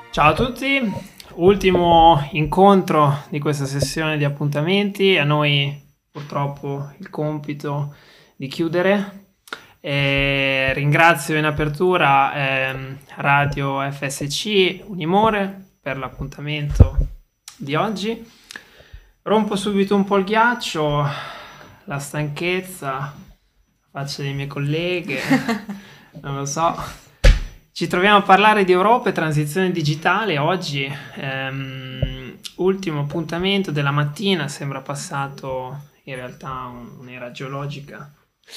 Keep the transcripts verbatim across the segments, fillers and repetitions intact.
Ciao a tutti, ultimo incontro di questa sessione di appuntamenti. A noi purtroppo il compito di chiudere. E ringrazio in apertura ehm, Radio F S C Unimore per l'appuntamento di oggi. Rompo subito un po' il ghiaccio, la stanchezza, la faccia delle mie colleghe, non lo so. Ci troviamo a parlare di Europa e transizione digitale oggi, ehm, ultimo appuntamento della mattina, sembra passato in realtà un'era geologica.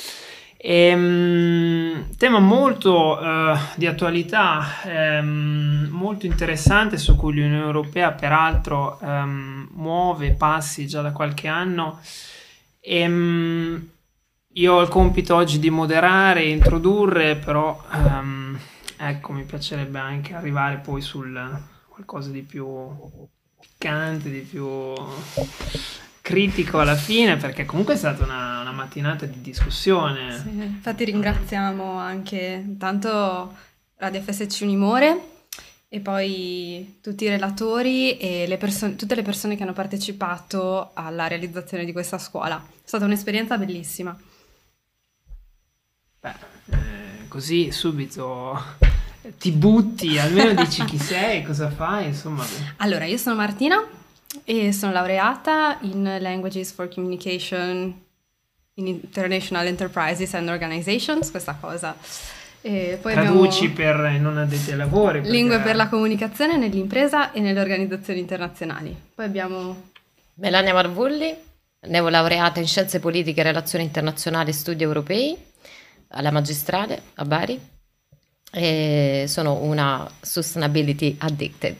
Ehm, tema molto eh, di attualità, ehm, molto interessante, su cui l'Unione Europea peraltro ehm, muove passi già da qualche anno. Ehm, io ho il compito oggi di moderare e introdurre, però ehm, ecco, mi piacerebbe anche arrivare poi sul qualcosa di più piccante, di più critico alla fine, perché comunque è stata una, una mattinata di discussione. Sì, infatti ringraziamo anche intanto Radio F S C Unimore e poi tutti i relatori e le perso- tutte le persone che hanno partecipato alla realizzazione di questa scuola. È stata un'esperienza bellissima. Beh, eh, così subito ti butti, almeno dici chi sei, cosa fai, insomma. Allora, io sono Martina e sono laureata in Languages for Communication in International Enterprises and Organizations, questa cosa. E poi Traduci abbiamo per non addetti ai lavori. Perché... lingue per la comunicazione nell'impresa e nelle organizzazioni internazionali. Poi abbiamo Melania Marvulli, neolaureata in Scienze Politiche, Relazioni Internazionali e Studi Europei alla magistrale a Bari e sono una sustainability addicted.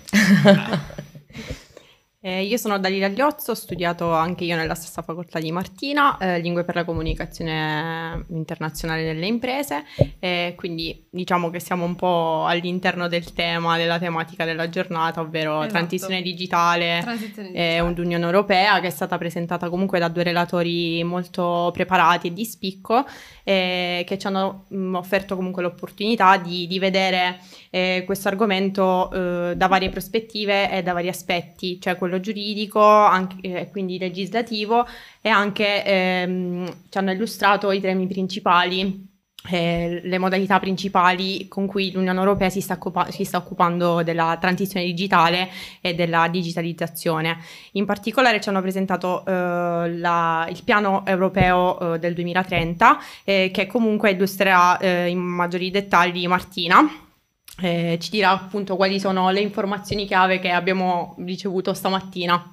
Eh, io sono Dalila Gliozzo, ho studiato anche io nella stessa facoltà di Martina, eh, lingue per la comunicazione internazionale nelle imprese, e quindi diciamo che siamo un po' all'interno del tema, della tematica della giornata, ovvero Esatto. transizione digitale transizione e digitale. l'Unione Europea, che è stata presentata comunque da due relatori molto preparati e di spicco, eh, che ci hanno mh, offerto comunque l'opportunità di, di vedere eh, questo argomento eh, da varie prospettive e da vari aspetti, cioè quello giuridico, anche, eh, quindi legislativo, e anche ehm, ci hanno illustrato i temi principali, eh, le modalità principali con cui l'Unione Europea si sta, occupa- si sta occupando della transizione digitale e della digitalizzazione. In particolare ci hanno presentato eh, la- il piano europeo eh, del duemilatrenta, eh, che comunque illustrerà eh, in maggiori dettagli Martina. Eh, ci dirà appunto quali sono le informazioni chiave che abbiamo ricevuto stamattina.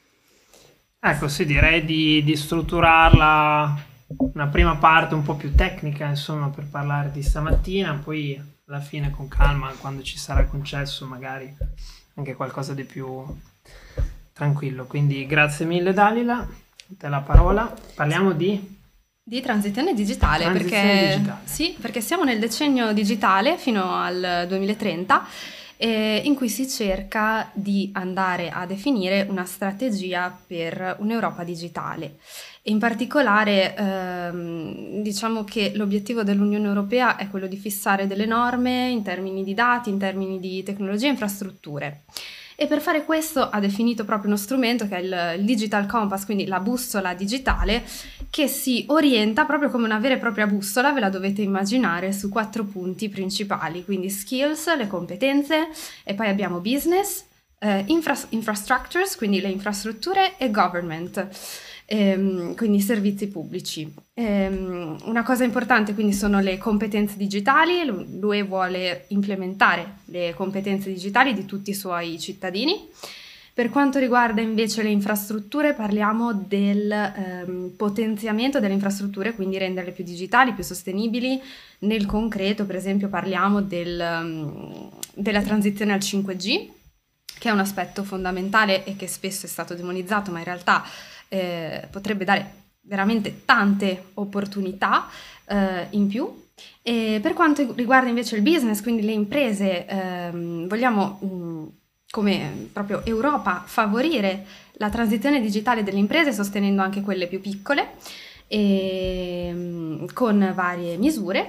Ecco, sì, direi di, di strutturarla una prima parte un po' più tecnica, insomma, per parlare di stamattina, poi alla fine con calma, quando ci sarà concesso, magari anche qualcosa di più tranquillo. Quindi grazie mille Dalila, a te la parola. Parliamo di... Di transizione digitale, Transizione perché, digitale. Sì, perché siamo nel decennio digitale fino al duemilatrenta, eh, in cui si cerca di andare a definire una strategia per un'Europa digitale. E in particolare ehm, diciamo che l'obiettivo dell'Unione Europea è quello di fissare delle norme in termini di dati, in termini di tecnologie e infrastrutture. E per fare questo ha definito proprio uno strumento che è il, il Digital Compass, quindi la bussola digitale, che si orienta proprio come una vera e propria bussola, ve la dovete immaginare, su quattro punti principali, quindi skills, le competenze, e poi abbiamo business, eh, infra- infrastructures, quindi le infrastrutture, e government, ehm, quindi i servizi pubblici. Ehm, una cosa importante quindi sono le competenze digitali. L'U E vuole implementare le competenze digitali di tutti i suoi cittadini. Per quanto riguarda invece le infrastrutture, parliamo del ehm, potenziamento delle infrastrutture, quindi renderle più digitali, più sostenibili. Nel concreto, per esempio, parliamo del, um, della transizione al cinque G, che è un aspetto fondamentale e che spesso è stato demonizzato, ma in realtà eh, potrebbe dare veramente tante opportunità eh, in più. E per quanto riguarda invece il business, quindi le imprese, ehm, vogliamo mh, come proprio Europa favorire la transizione digitale delle imprese, sostenendo anche quelle più piccole, e, mh, con varie misure.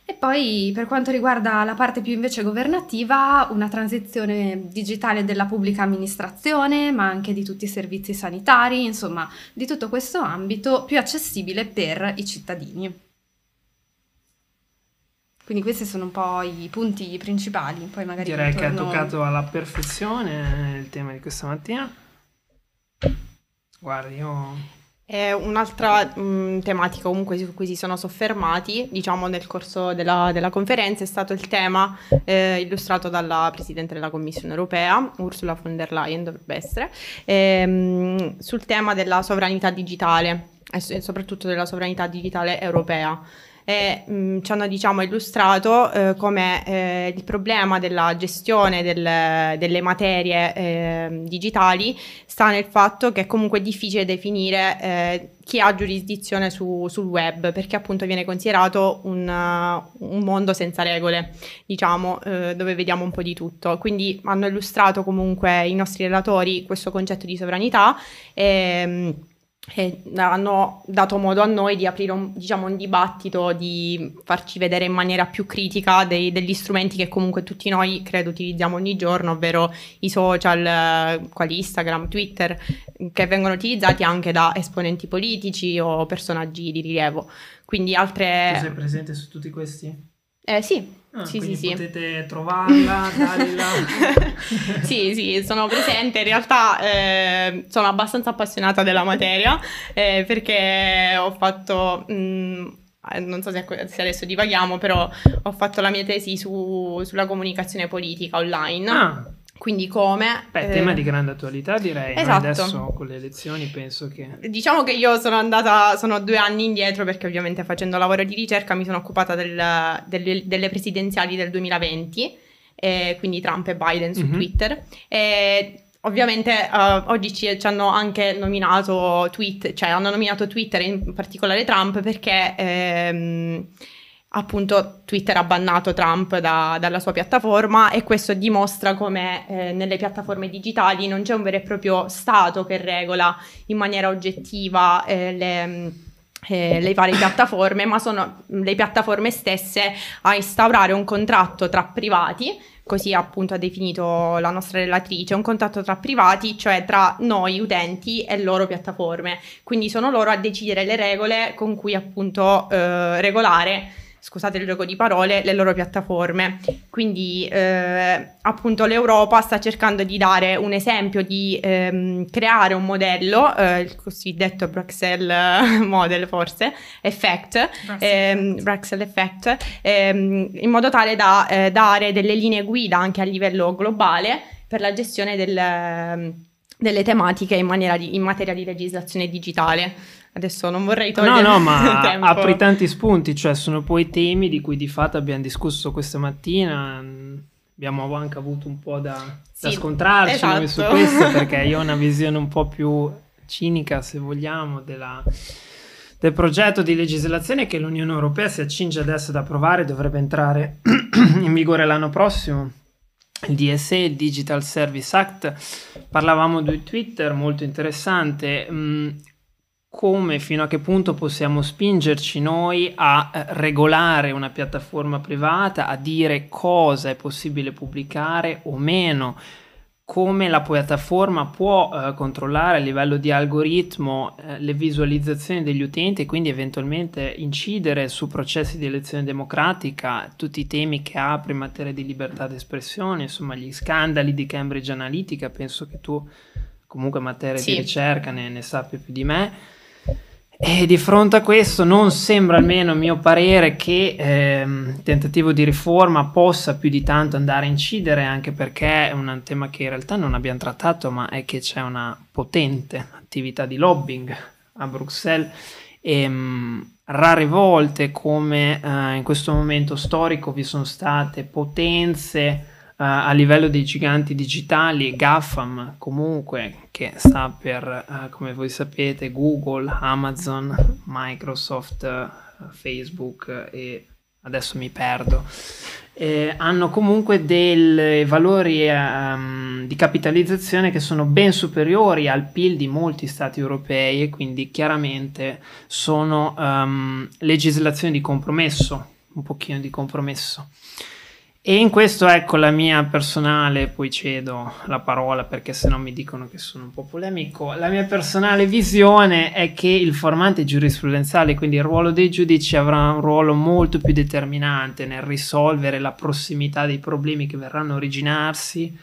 E poi per quanto riguarda la parte più invece governativa, una transizione digitale della pubblica amministrazione, ma anche di tutti i servizi sanitari, insomma, di tutto questo ambito più accessibile per i cittadini. Quindi questi sono un po' i punti principali. Poi magari direi che ha intorno... toccato alla perfezione il tema di questa mattina. Guarda, io... E un'altra mh, tematica comunque su cui si sono soffermati, diciamo, nel corso della, della conferenza è stato il tema eh, illustrato dalla Presidente della Commissione Europea, Ursula von der Leyen dovrebbe essere, ehm, sul tema della sovranità digitale e soprattutto della sovranità digitale europea. E mh, ci hanno, diciamo, illustrato eh, come eh, il problema della gestione del, delle materie eh, digitali sta nel fatto che comunque è difficile definire eh, chi ha giurisdizione su, sul web, perché appunto viene considerato un, uh, un mondo senza regole, diciamo, eh, dove vediamo un po' di tutto. Quindi hanno illustrato comunque i nostri relatori questo concetto di sovranità e, e hanno dato modo a noi di aprire un, diciamo, un dibattito, di farci vedere in maniera più critica dei, degli strumenti che comunque tutti noi credo utilizziamo ogni giorno, ovvero i social, eh, quali Instagram, Twitter, che vengono utilizzati anche da esponenti politici o personaggi di rilievo. Quindi altre... Tu sei presente su tutti questi? Eh sì. Ah, sì, sì, sì. Potete trovarla, darla. Sì, sì, sono presente. In realtà eh, sono abbastanza appassionata della materia eh, perché ho fatto, mh, non so se, se adesso divaghiamo, però ho fatto la mia tesi su, sulla comunicazione politica online. Ah. Quindi come... Beh, eh, tema di grande attualità direi. Esatto. Adesso con le elezioni penso che... Diciamo che io sono andata, sono due anni indietro perché ovviamente facendo lavoro di ricerca mi sono occupata del, delle, delle presidenziali del duemilaventi, eh, quindi Trump e Biden su mm-hmm. Twitter. E ovviamente uh, oggi ci, ci hanno anche nominato tweet, cioè hanno nominato Twitter, in particolare Trump, perché... Ehm, appunto Twitter ha bannato Trump da, dalla sua piattaforma e questo dimostra come eh, nelle piattaforme digitali non c'è un vero e proprio Stato che regola in maniera oggettiva eh, le, eh, le varie piattaforme, ma sono le piattaforme stesse a instaurare un contratto tra privati, così appunto ha definito la nostra relatrice, un contratto tra privati, cioè tra noi utenti e loro piattaforme, quindi sono loro a decidere le regole con cui appunto eh, regolare, scusate il gioco di parole, le loro piattaforme. Quindi eh, appunto l'Europa sta cercando di dare un esempio, di ehm, creare un modello, eh, il cosiddetto Bruxelles model forse, effect, ehm, Bruxelles effect, ehm, in modo tale da eh, dare delle linee guida anche a livello globale per la gestione del, delle tematiche in, maniera di, in materia di legislazione digitale. Adesso non vorrei togliere no no ma tempo. Apri tanti spunti, cioè sono poi temi di cui di fatto abbiamo discusso questa mattina, abbiamo anche avuto un po' da, sì, da scontrarci esatto. su questo, perché io ho una visione un po' più cinica, se vogliamo, della, del progetto di legislazione che l'Unione Europea si accinge adesso ad approvare, dovrebbe entrare in vigore l'anno prossimo, il D S A, il Digital Service Act. Parlavamo di Twitter, molto interessante. Mh, come, fino a che punto possiamo spingerci noi a eh, regolare una piattaforma privata, a dire cosa è possibile pubblicare o meno, come la piattaforma può eh, controllare a livello di algoritmo eh, le visualizzazioni degli utenti e quindi eventualmente incidere su processi di elezione democratica, tutti i temi che apre in materia di libertà d'espressione, insomma gli scandali di Cambridge Analytica, penso che tu comunque in materia sì. di ricerca ne, ne sappia più di me. E di fronte a questo non sembra, almeno a mio parere, che ehm, il tentativo di riforma possa più di tanto andare a incidere, anche perché è un tema che in realtà non abbiamo trattato, ma è che c'è una potente attività di lobbying a Bruxelles e mh, rare volte come eh, in questo momento storico vi sono state potenze Uh, a livello dei giganti digitali, GAFAM comunque, che sta per, uh, come voi sapete, Google, Amazon, Microsoft, uh, Facebook uh, e adesso mi perdo, eh, hanno comunque dei valori um, di capitalizzazione che sono ben superiori al P I L di molti stati europei e quindi chiaramente sono um, legislazioni di compromesso. un pochino di compromesso. E in questo, ecco, la mia personale, poi cedo la parola perché se no mi dicono che sono un po' polemico, la mia personale visione è che il formante giurisprudenziale, quindi il ruolo dei giudici, avrà un ruolo molto più determinante nel risolvere la prossimità dei problemi che verranno a originarsi,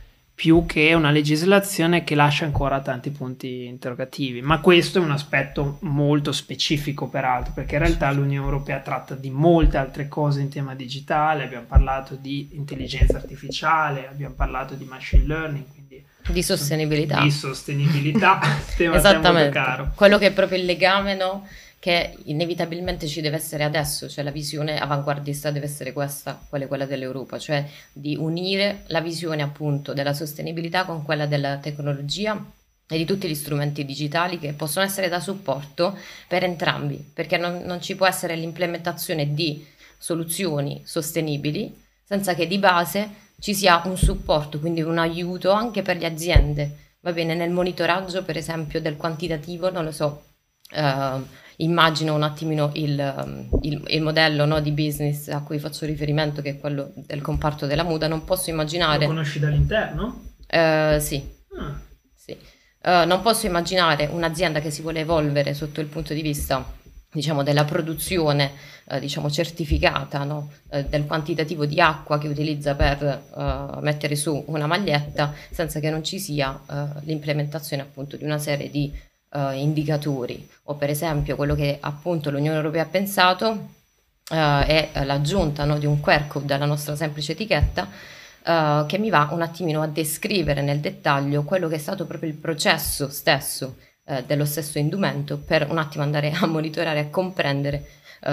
più che una legislazione che lascia ancora tanti punti interrogativi. Ma questo è un aspetto molto specifico, peraltro, perché in realtà l'Unione Europea tratta di molte altre cose in tema digitale. Abbiamo parlato di intelligenza artificiale, abbiamo parlato di machine learning, quindi di sostenibilità. Di sostenibilità, tema esattamente, molto caro. Quello che è proprio il legame, no? Che inevitabilmente ci deve essere adesso, cioè la visione avanguardista deve essere questa, quella, quella dell'Europa, cioè di unire la visione appunto della sostenibilità con quella della tecnologia e di tutti gli strumenti digitali che possono essere da supporto per entrambi, perché non, non ci può essere l'implementazione di soluzioni sostenibili senza che di base ci sia un supporto, quindi un aiuto anche per le aziende, va bene, nel monitoraggio per esempio del quantitativo, non lo so, uh, immagino un attimino il, il, il modello, no, di business a cui faccio riferimento, che è quello del comparto della moda. Non posso immaginare... Lo conosci dall'interno? Uh, sì, ah. sì. Uh, non posso immaginare un'azienda che si vuole evolvere sotto il punto di vista, diciamo, della produzione, uh, diciamo, certificata, no? uh, del quantitativo di acqua che utilizza per uh, mettere su una maglietta, senza che non ci sia uh, l'implementazione appunto di una serie di Uh, indicatori, o per esempio quello che appunto l'Unione Europea ha pensato uh, è l'aggiunta, no, di un Q R code alla nostra semplice etichetta uh, che mi va un attimino a descrivere nel dettaglio quello che è stato proprio il processo stesso uh, dello stesso indumento, per un attimo andare a monitorare e comprendere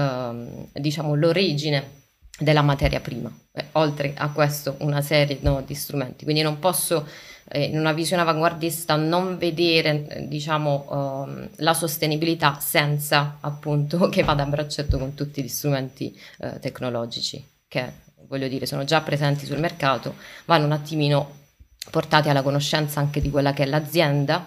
uh, diciamo l'origine della materia prima, eh, oltre a questo una serie, no, di strumenti. Quindi non posso in una visione avanguardista non vedere, diciamo, uh, la sostenibilità senza appunto che vada a braccetto con tutti gli strumenti uh, tecnologici che, voglio dire, sono già presenti sul mercato, vanno un attimino portati alla conoscenza anche di quella che è l'azienda,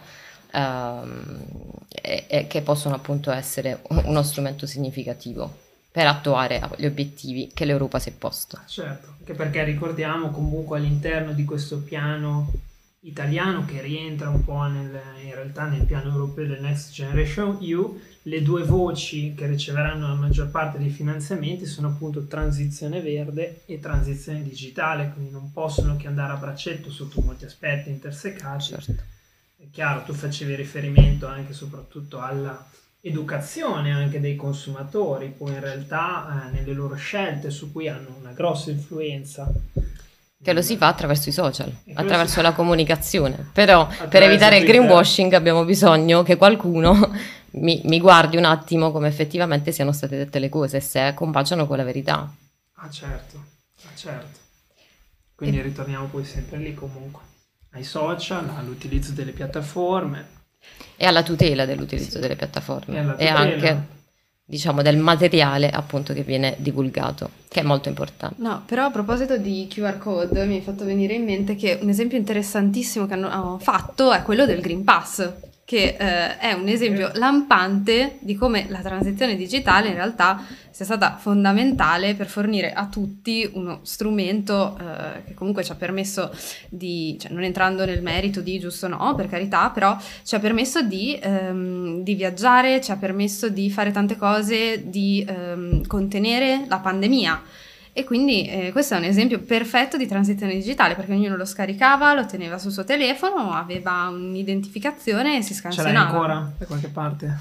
uh, e, e che possono appunto essere uno strumento significativo per attuare gli obiettivi che l'Europa si è posta. Certo, anche perché ricordiamo comunque all'interno di questo piano italiano, che rientra un po' nel, in realtà nel piano europeo del Next Generation E U, le due voci che riceveranno la maggior parte dei finanziamenti sono appunto transizione verde e transizione digitale, quindi non possono che andare a braccetto sotto molti aspetti intersecati. Certo. È chiaro, tu facevi riferimento anche e soprattutto alla educazione anche dei consumatori, poi in realtà eh, nelle loro scelte, su cui hanno una grossa influenza. Che lo si fa attraverso i social, attraverso si... la comunicazione, però attraverso per evitare il Twitter. greenwashing abbiamo bisogno che qualcuno mi, mi guardi un attimo come effettivamente siano state dette le cose, se compagiano con la verità. Ah certo, ah, certo. Quindi e... ritorniamo poi sempre lì comunque, ai social, all'utilizzo delle piattaforme. E alla tutela dell'utilizzo sì. delle piattaforme e, e anche, diciamo, del materiale appunto che viene divulgato, che è molto importante. No, però a proposito di Q R code mi hai fatto venire in mente che un esempio interessantissimo che hanno fatto è quello del Green Pass, che eh, è un esempio lampante di come la transizione digitale in realtà sia stata fondamentale per fornire a tutti uno strumento eh, che comunque ci ha permesso di, cioè non entrando nel merito di giusto o no, per carità, però ci ha permesso di, ehm, di viaggiare, ci ha permesso di fare tante cose, di ehm, contenere la pandemia. E quindi eh, questo è un esempio perfetto di transizione digitale, perché ognuno lo scaricava, lo teneva sul suo telefono, aveva un'identificazione e si scansionava. Ce l'hai ancora da qualche parte?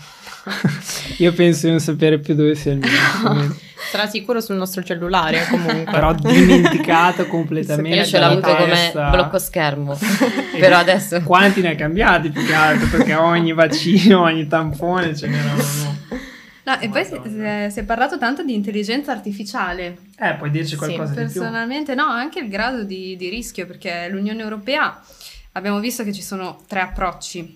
Io penso di non sapere più dove sia il mio. Sarà sicuro sul nostro cellulare comunque. Però dimenticato completamente. Io ce l'ho avuto come blocco schermo. Però adesso quanti ne hai cambiati più che altro, perché ogni vaccino, ogni tampone ce n'erano. No, e poi si, si è parlato tanto di intelligenza artificiale. Eh, puoi dirci qualcosa sì, di più? Personalmente no, anche il grado di, di rischio, perché l'Unione Europea abbiamo visto che ci sono tre approcci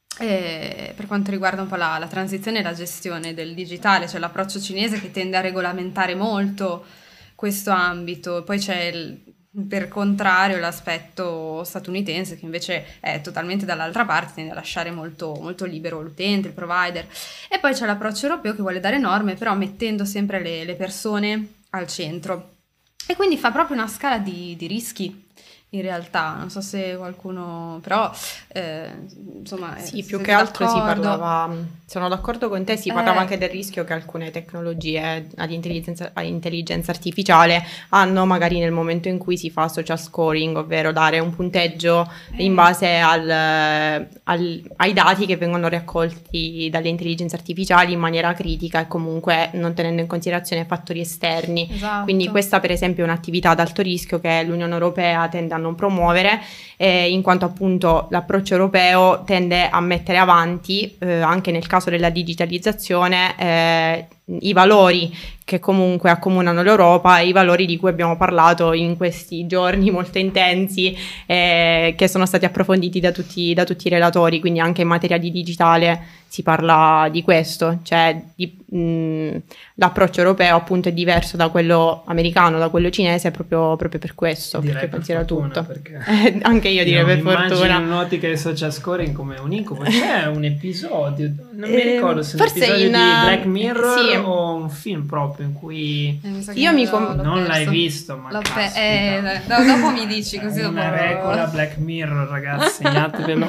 eh, per quanto riguarda un po' la, la transizione e la gestione del digitale. C'è l'approccio cinese che tende a regolamentare molto questo ambito, poi c'è il, per contrario l'aspetto statunitense che invece è totalmente dall'altra parte, tende a lasciare molto, molto libero l'utente, il provider, e poi c'è l'approccio europeo che vuole dare norme però mettendo sempre le, le persone al centro. E quindi fa proprio una scala di, di rischi. In realtà, non so se qualcuno, però eh, insomma... Sì, eh, più siete che altro si d'accordo? parlava, sono d'accordo con te, si parlava Eh. anche del rischio che alcune tecnologie ad intelligenza, ad intelligenza artificiale hanno magari nel momento in cui si fa social scoring, ovvero dare un punteggio in Eh. base al, al- ai dati che vengono raccolti dalle intelligenze artificiali in maniera critica e comunque non tenendo in considerazione fattori esterni. Esatto. Quindi questa per esempio è un'attività ad alto rischio che l'Unione Europea tende a non promuovere, eh, in quanto appunto l'approccio europeo tende a mettere avanti, eh, anche nel caso della digitalizzazione, eh, i valori che comunque accomunano l'Europa e i valori di cui abbiamo parlato in questi giorni molto intensi, eh, che sono stati approfonditi da tutti, da tutti i relatori, quindi anche in materia di digitale si parla di questo, cioè di, mh, l'approccio europeo appunto è diverso da quello americano, da quello cinese proprio, proprio per questo, Direi perché per considera fortuna, tutto. perché Eh, anche io direi per immagino fortuna. un'ottica di social scoring come un incubo. C'è un episodio, non mi Eh, ricordo se è un forse episodio in, di Black Mirror sì. o un film proprio in cui Eh, mi sa che Io mi l'ho- com- l'ho non l'hai perso. visto, ma L'ho pe- caspita. eh, dai, do- dopo mi dici così dopo... una regola Black Mirror, ragazzi, segnatevelo.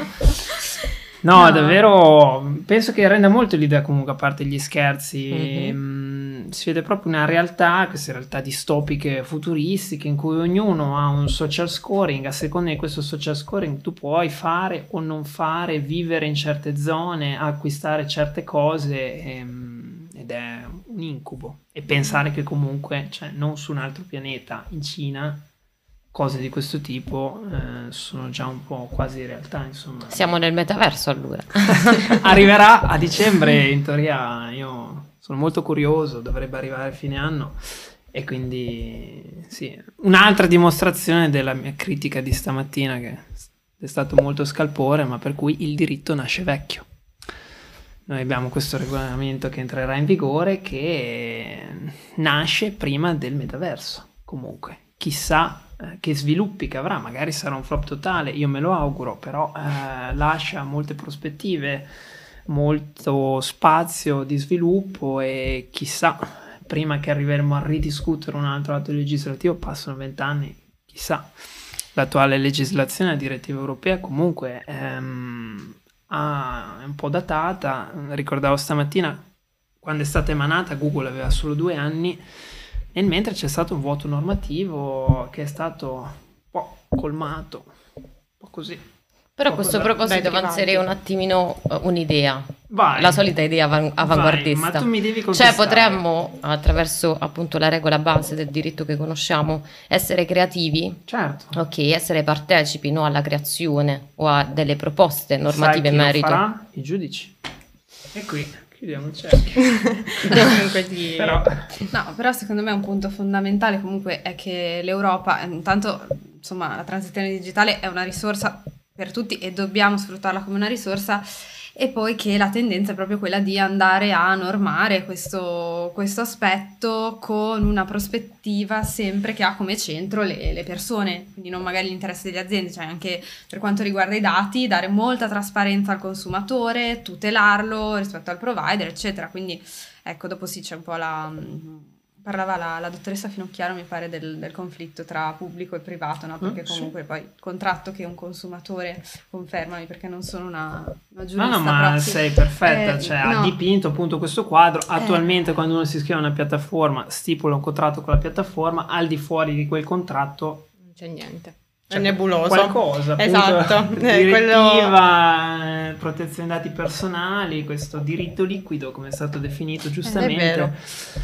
No, No. davvero, penso che renda molto l'idea comunque, a parte gli scherzi, Mhm. mh, si vede proprio una realtà, queste realtà distopiche, futuristiche, in cui ognuno ha un social scoring, a seconda di questo social scoring tu puoi fare o non fare, vivere in certe zone, acquistare certe cose, ehm, ed è un incubo. E pensare che comunque, cioè, non su un altro pianeta, in Cina, cose di questo tipo eh, sono già un po' quasi realtà, insomma. Siamo nel metaverso allora. Arriverà a dicembre, in teoria io sono molto curioso, dovrebbe arrivare a fine anno e quindi sì, un'altra dimostrazione della mia critica di stamattina, che è stato molto scalpore, ma per cui il diritto nasce vecchio. Noi abbiamo questo regolamento che entrerà in vigore che nasce prima del metaverso, comunque chissà eh, che sviluppi che avrà, magari sarà un flop totale, io me lo auguro, però eh, lascia molte prospettive, molto spazio di sviluppo e chissà, prima che arriveremo a ridiscutere un altro atto legislativo passano vent'anni, chissà. L'attuale legislazione, la direttiva europea comunque ehm, ha, è un po' datata, ricordavo stamattina quando è stata emanata Google aveva solo due anni, nel mentre c'è stato un vuoto normativo che è stato un po' colmato, un po' così. Però a Un po' questo da- proposito dai privati. avanzerei un attimino eh, un'idea, Vai. la solita idea avan- avanguardista. Vai, ma tu mi devi Cioè contestare. potremmo, attraverso appunto la regola base del diritto che conosciamo, essere creativi, Certo. ok, essere partecipi, no, alla creazione o a delle proposte normative Sai in chi lo merito. farà? I giudici. E qui chiudiamo il cerchio. Comunque sì. Però No, però secondo me un punto fondamentale comunque è che l'Europa, eh, intanto insomma la transizione digitale è una risorsa per tutti e dobbiamo sfruttarla come una risorsa, e poi che la tendenza è proprio quella di andare a normare questo, questo aspetto con una prospettiva sempre che ha come centro le, le persone, quindi non magari l'interesse delle aziende, cioè anche per quanto riguarda i dati, dare molta trasparenza al consumatore, tutelarlo rispetto al provider, eccetera. Quindi ecco, dopo sì c'è un po' la... Parlava la, la dottoressa Finocchiaro, mi pare, del, del conflitto tra pubblico e privato, no? Perché Mm, sì. comunque poi il contratto che un consumatore, confermami perché non sono una, una giurista, no, no, ma però sì. sei perfetta, Eh, cioè no. ha dipinto appunto questo quadro. Attualmente quando uno si iscrive a una piattaforma, stipula un contratto con la piattaforma, al di fuori di quel contratto Non c'è niente. c'è È nebuloso. qualcosa, appunto, Esatto. Eh, direttiva, eh, protezione dei dati personali, questo diritto liquido come è stato definito È giustamente, vero.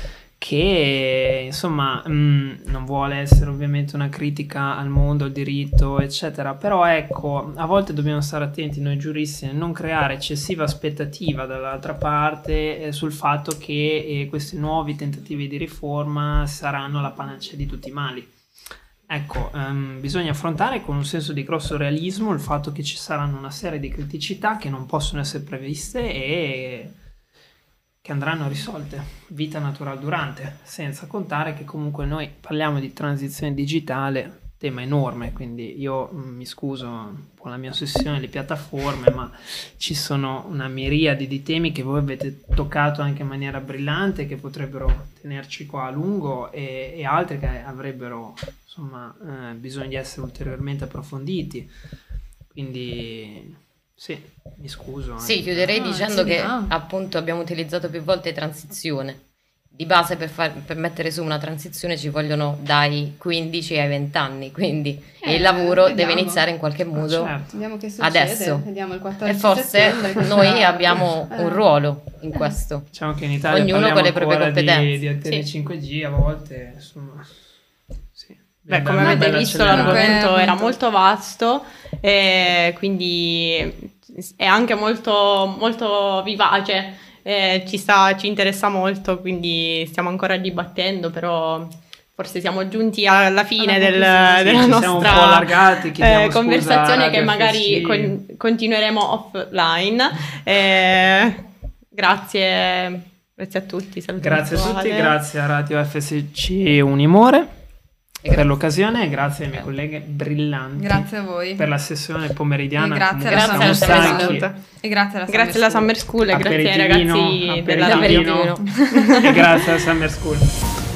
che insomma mh, non vuole essere ovviamente una critica al mondo, al diritto eccetera, però ecco, a volte dobbiamo stare attenti noi giuristi a non creare eccessiva aspettativa dall'altra parte eh, sul fatto che eh, questi nuovi tentativi di riforma saranno la panacea di tutti i mali. Ecco, ehm, bisogna affrontare con un senso di grosso realismo il fatto che ci saranno una serie di criticità che non possono essere previste e che andranno risolte, vita naturale durante, senza contare che comunque noi parliamo di transizione digitale, tema enorme, quindi io mh, mi scuso con la mia ossessione alle piattaforme, ma ci sono una miriade di temi che voi avete toccato anche in maniera brillante, che potrebbero tenerci qua a lungo, e, e altri che avrebbero insomma eh, bisogno di essere ulteriormente approfonditi, quindi sì, mi scuso anche. Sì, chiuderei Ah, dicendo sì, che no. appunto abbiamo utilizzato più volte transizione. Di base per, far, per mettere su una transizione ci vogliono dai quindici ai venti anni, quindi Eh, il lavoro vediamo. deve iniziare in qualche modo Certo. Vediamo che succede. adesso. Vediamo il E quattordici forse settembre che noi sarà- abbiamo Eh. un ruolo in questo. Diciamo che in Italia Ognuno parliamo con le proprie ancora di, competenze. di antenne Sì. cinque G a volte, insomma, sì. Beh, Una come bella- avete bella visto accelerata. l'argomento Comunque, era appunto- molto vasto, e quindi è anche molto, molto vivace, eh, ci sta, ci interessa molto, quindi stiamo ancora dibattendo, però forse siamo giunti alla fine Alla del- conclusione. della Sì, ci siamo un po' nostra allargati, chiediamo eh, scusa a conversazione, Radio che magari F S C. con- continueremo offline. Eh, grazie, grazie a tutti. saluto Grazie a tutti, virtuale. grazie a Radio F S C Unimore E per l'occasione, e grazie alle mie colleghe brillanti Grazie a voi. per la sessione pomeridiana. E grazie Comunque alla siamo Summer stanchi. School. E grazie alla Grazie alla Summer School e grazie ai Aperitivino, ragazzi della radio. aperitivino, e grazie alla Summer School.